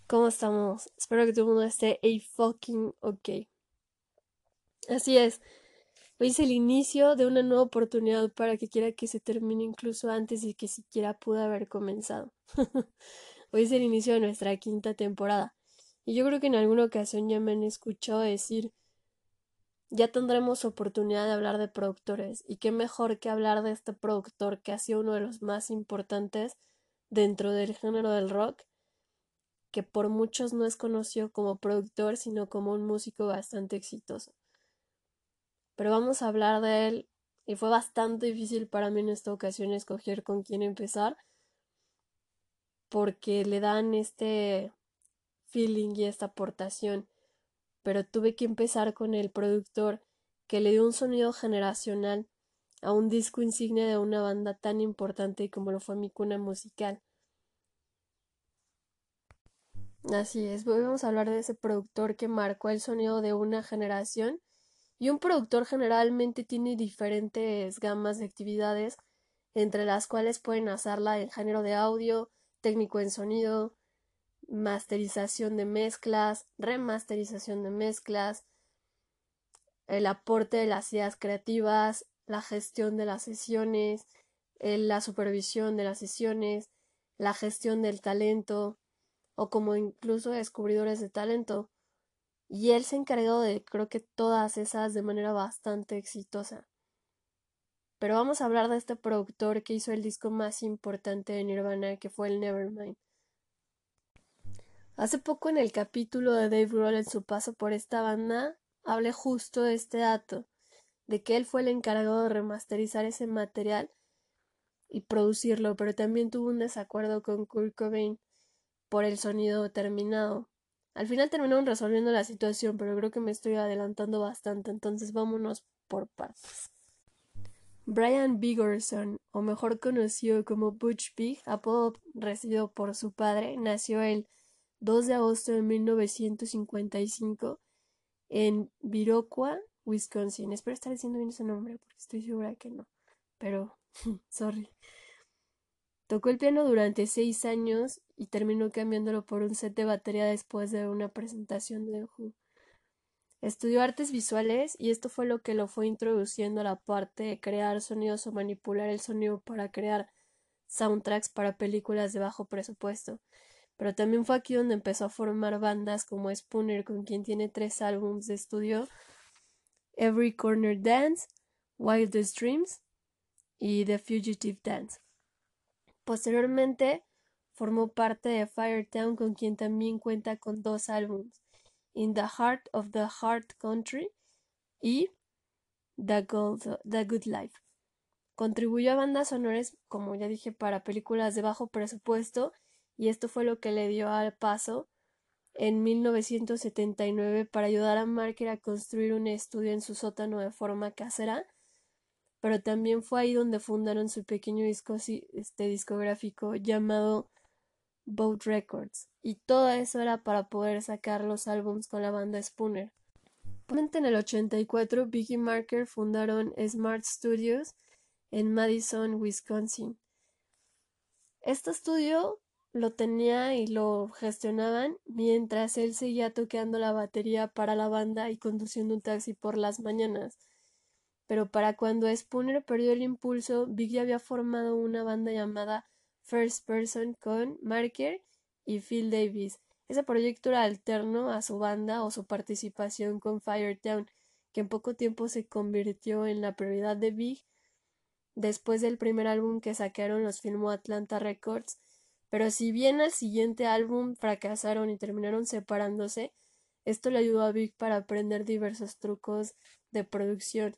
¿Cómo estamos? Espero que todo el mundo esté a fucking ok. Así es, hoy es el inicio de una nueva oportunidad para que quiera que se termine incluso antes y que siquiera pudo haber comenzado. Hoy es el inicio de nuestra quinta temporada. Y yo creo que en alguna ocasión ya me han escuchado decir, ya tendremos oportunidad de hablar de productores. Y qué mejor que hablar de este productor que ha sido uno de los más importantes dentro del género del rock, que por muchos no es conocido como productor, sino como un músico bastante exitoso. Pero vamos a hablar de él y fue bastante difícil para mí en esta ocasión escoger con quién empezar porque le dan este feeling y esta aportación, pero tuve que empezar con el productor que le dio un sonido generacional a un disco insignia de una banda tan importante como lo fue Mi Cuna Musical. Así es, vamos a hablar de ese productor que marcó el sonido de una generación. Y un productor generalmente tiene diferentes gamas de actividades, entre las cuales pueden hacerla en género de audio, técnico en sonido, masterización de mezclas, remasterización de mezclas, el aporte de las ideas creativas, la gestión de las sesiones, la supervisión de las sesiones, la gestión del talento o como incluso descubridores de talento. Y él se encargó de creo que todas esas de manera bastante exitosa. Pero vamos a hablar de este productor que hizo el disco más importante de Nirvana, que fue el Nevermind. Hace poco en el capítulo de Dave Grohl en su paso por esta banda, hablé justo de este dato, de que él fue el encargado de remasterizar ese material y producirlo, pero también tuvo un desacuerdo con Kurt Cobain por el sonido terminado. Al final terminaron resolviendo la situación, pero creo que me estoy adelantando bastante, entonces vámonos por partes. Brian Biggerson, o mejor conocido como Butch Vig, apodo recibido por su padre, nació el 2 de agosto de 1955 en Viroqua, Wisconsin. Espero estar diciendo bien ese nombre porque estoy segura que no, pero sorry. Tocó el piano durante 6 años y terminó cambiándolo por un set de batería después de una presentación de The Who. Estudió artes visuales y esto fue lo que lo fue introduciendo a la parte de crear sonidos o manipular el sonido para crear soundtracks para películas de bajo presupuesto. Pero también fue aquí donde empezó a formar bandas como Spooner, con quien tiene 3 álbumes de estudio: Every Corner Dance, Wildest Dreams y The Fugitive Dance. Posteriormente formó parte de Firetown, con quien también cuenta con 2 álbumes: In the Heart of the Heart Country y The Good Life. Contribuyó a bandas sonoras, como ya dije, para películas de bajo presupuesto, y esto fue lo que le dio al paso en 1979 para ayudar a Marker a construir un estudio en su sótano de forma casera, pero también fue ahí donde fundaron su pequeño discográfico llamado Boat Records, y todo eso era para poder sacar los álbums con la banda Spooner. En el 84, Biggie y Marker fundaron Smart Studios en Madison, Wisconsin. Este estudio lo tenía y lo gestionaban mientras él seguía tocando la batería para la banda y conduciendo un taxi por las mañanas. Pero para cuando Spooner perdió el impulso, Biggie había formado una banda llamada First Person con Marker y Phil Davis. Ese proyecto era alterno a su banda o su participación con Firetown, que en poco tiempo se convirtió en la prioridad de Big. Después del primer álbum que sacaron los filmó Atlanta Records, pero si bien al siguiente álbum fracasaron y terminaron separándose, esto le ayudó a Big para aprender diversos trucos de producción.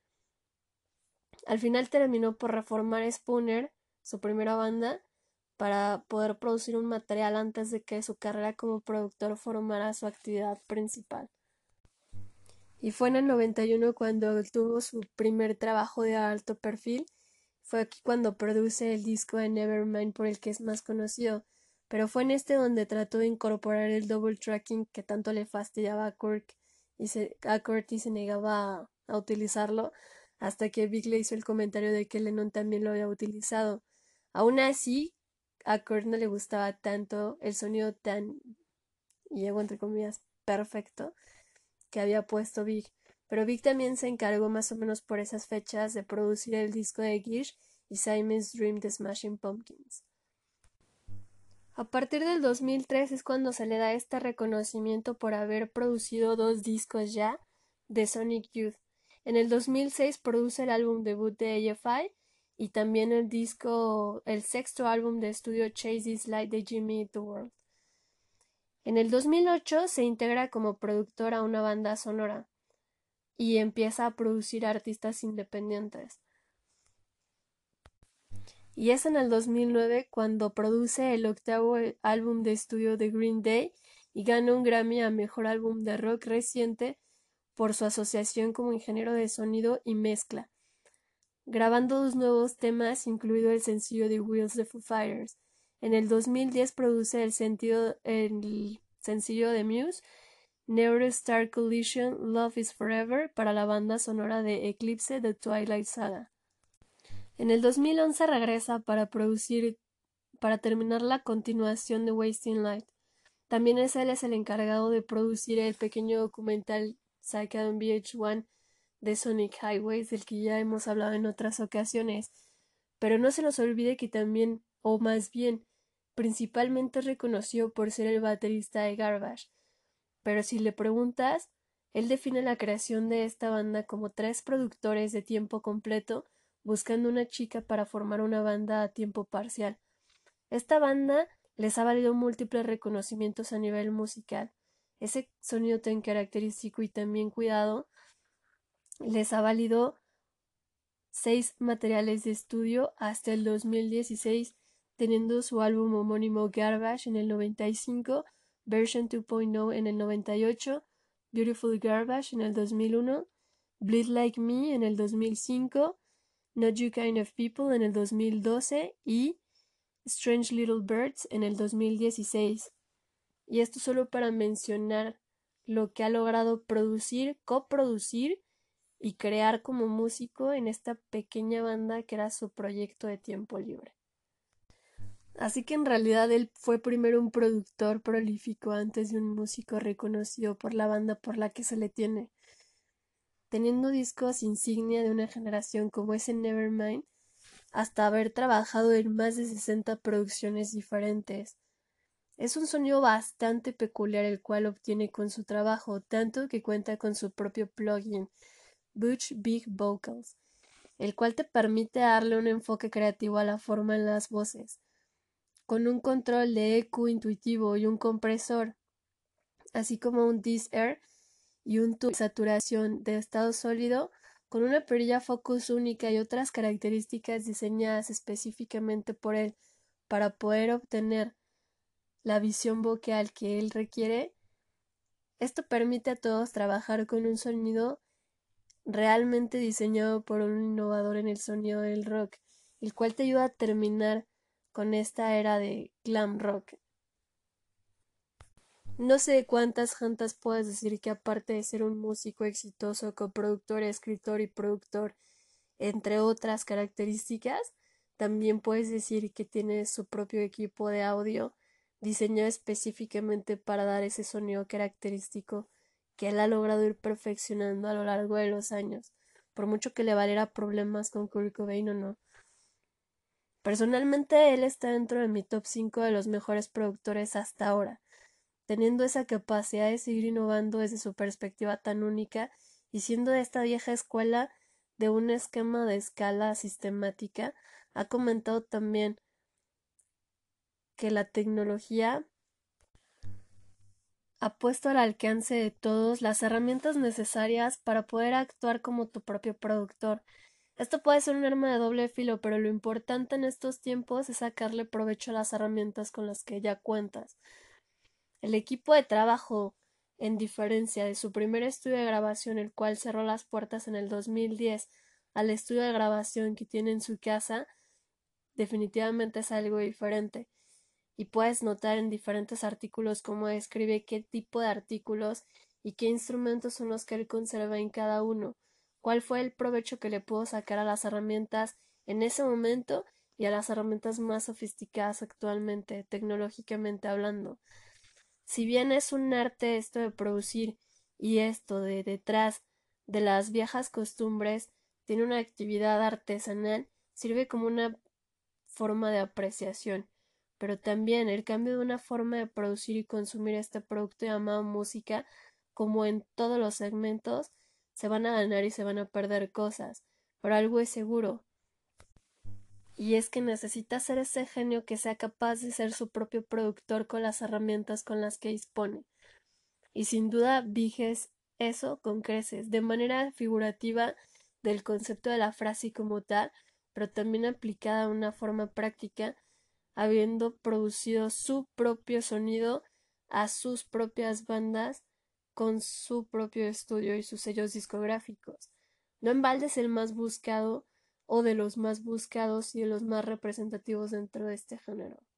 Al final terminó por reformar Spooner, su primera banda, para poder producir un material antes de que su carrera como productor formara su actividad principal. Y fue en el 91 cuando tuvo su primer trabajo de alto perfil. Fue aquí cuando produce el disco de Nevermind, por el que es más conocido, pero fue en este donde trató de incorporar el double tracking que tanto le fastidiaba a Kurt y se negaba a utilizarlo, hasta que Big le hizo el comentario de que Lennon también lo había utilizado. Aún así, a Kurt no le gustaba tanto el sonido tan y hago entre comillas, perfecto que había puesto Big. Pero Big también se encargó más o menos por esas fechas de producir el disco de Gish y Simon's Dream de Smashing Pumpkins. A partir del 2003 es cuando se le da este reconocimiento por haber producido 2 discos ya de Sonic Youth. En el 2006 produce el álbum debut de AFI y también el sexto álbum de estudio Chase This Light de Jimmy Eat the World. En el 2008 se integra como productor a una banda sonora y empieza a producir artistas independientes. Y es en el 2009 cuando produce el octavo álbum de estudio de Green Day y gana un Grammy a Mejor Álbum de Rock Reciente por su asociación como ingeniero de sonido y mezcla, grabando 2 nuevos temas, incluido el sencillo de Wheels de Foo Fighters. En el 2010 produce el sencillo de Muse, Never Star Collision, Love is Forever, para la banda sonora de Eclipse de Twilight Saga. En el 2011 regresa para terminar la continuación de Wasting Light. También él es el encargado de producir el pequeño documental sacado en VH1 de Sonic Highways, del que ya hemos hablado en otras ocasiones. Pero no se nos olvide que también, o más bien, principalmente es reconocido por ser el baterista de Garbage. Pero si le preguntas, él define la creación de esta banda como 3 productores de tiempo completo buscando una chica para formar una banda a tiempo parcial. Esta banda les ha valido múltiples reconocimientos a nivel musical. Ese sonido tan característico y tan bien cuidado les ha valido 6 materiales de estudio hasta el 2016, teniendo su álbum homónimo Garbage en el 95, Version 2.0 en el 98, Beautiful Garbage en el 2001, Bleed Like Me en el 2005, Not You Kind of People en el 2012 y Strange Little Birds en el 2016. Y esto solo para mencionar lo que ha logrado producir, coproducir y crear como músico en esta pequeña banda que era su proyecto de tiempo libre. Así que en realidad él fue primero un productor prolífico antes de un músico reconocido por la banda por la que se le tiene. Teniendo discos insignia de una generación como ese Nevermind, hasta haber trabajado en más de 60 producciones diferentes. Es un sonido bastante peculiar el cual obtiene con su trabajo, tanto que cuenta con su propio plugin, Butch Big Vocals, el cual te permite darle un enfoque creativo a la forma en las voces, con un control de EQ intuitivo y un compresor, así como un Dis-Air y un tubo de saturación de estado sólido, con una perilla focus única y otras características diseñadas específicamente por él para poder obtener la visión vocal que él requiere. Esto permite a todos trabajar con un sonido realmente diseñado por un innovador en el sonido del rock, el cual te ayuda a terminar con esta era de glam rock. No sé cuántas jantas puedes decir que aparte de ser un músico exitoso, coproductor, escritor y productor, entre otras características, también puedes decir que tiene su propio equipo de audio diseñado específicamente para dar ese sonido característico que él ha logrado ir perfeccionando a lo largo de los años, por mucho que le valiera problemas con Kurt Cobain o no. Personalmente él está dentro de mi top 5 de los mejores productores hasta ahora, teniendo esa capacidad de seguir innovando desde su perspectiva tan única y siendo de esta vieja escuela de un esquema de escala sistemática. Ha comentado también que la tecnología ha puesto al alcance de todos las herramientas necesarias para poder actuar como tu propio productor. Esto puede ser un arma de doble filo, pero lo importante en estos tiempos es sacarle provecho a las herramientas con las que ya cuentas. El equipo de trabajo, en diferencia de su primer estudio de grabación, el cual cerró las puertas en el 2010, al estudio de grabación que tiene en su casa, definitivamente es algo diferente. Y puedes notar en diferentes artículos cómo describe qué tipo de artículos y qué instrumentos son los que él conserva en cada uno, cuál fue el provecho que le pudo sacar a las herramientas en ese momento y a las herramientas más sofisticadas actualmente, tecnológicamente hablando. Si bien es un arte esto de producir y esto de detrás de las viejas costumbres, tiene una actividad artesanal, sirve como una forma de apreciación, pero también el cambio de una forma de producir y consumir este producto llamado música, como en todos los segmentos, se van a ganar y se van a perder cosas, pero algo es seguro, y es que necesita ser ese genio que sea capaz de ser su propio productor con las herramientas con las que dispone. Y sin duda Viges eso con creces, de manera figurativa del concepto de la frase como tal, pero también aplicada a una forma práctica, habiendo producido su propio sonido a sus propias bandas con su propio estudio y sus sellos discográficos. No en balde es el más buscado o de los más buscados y de los más representativos dentro de este género.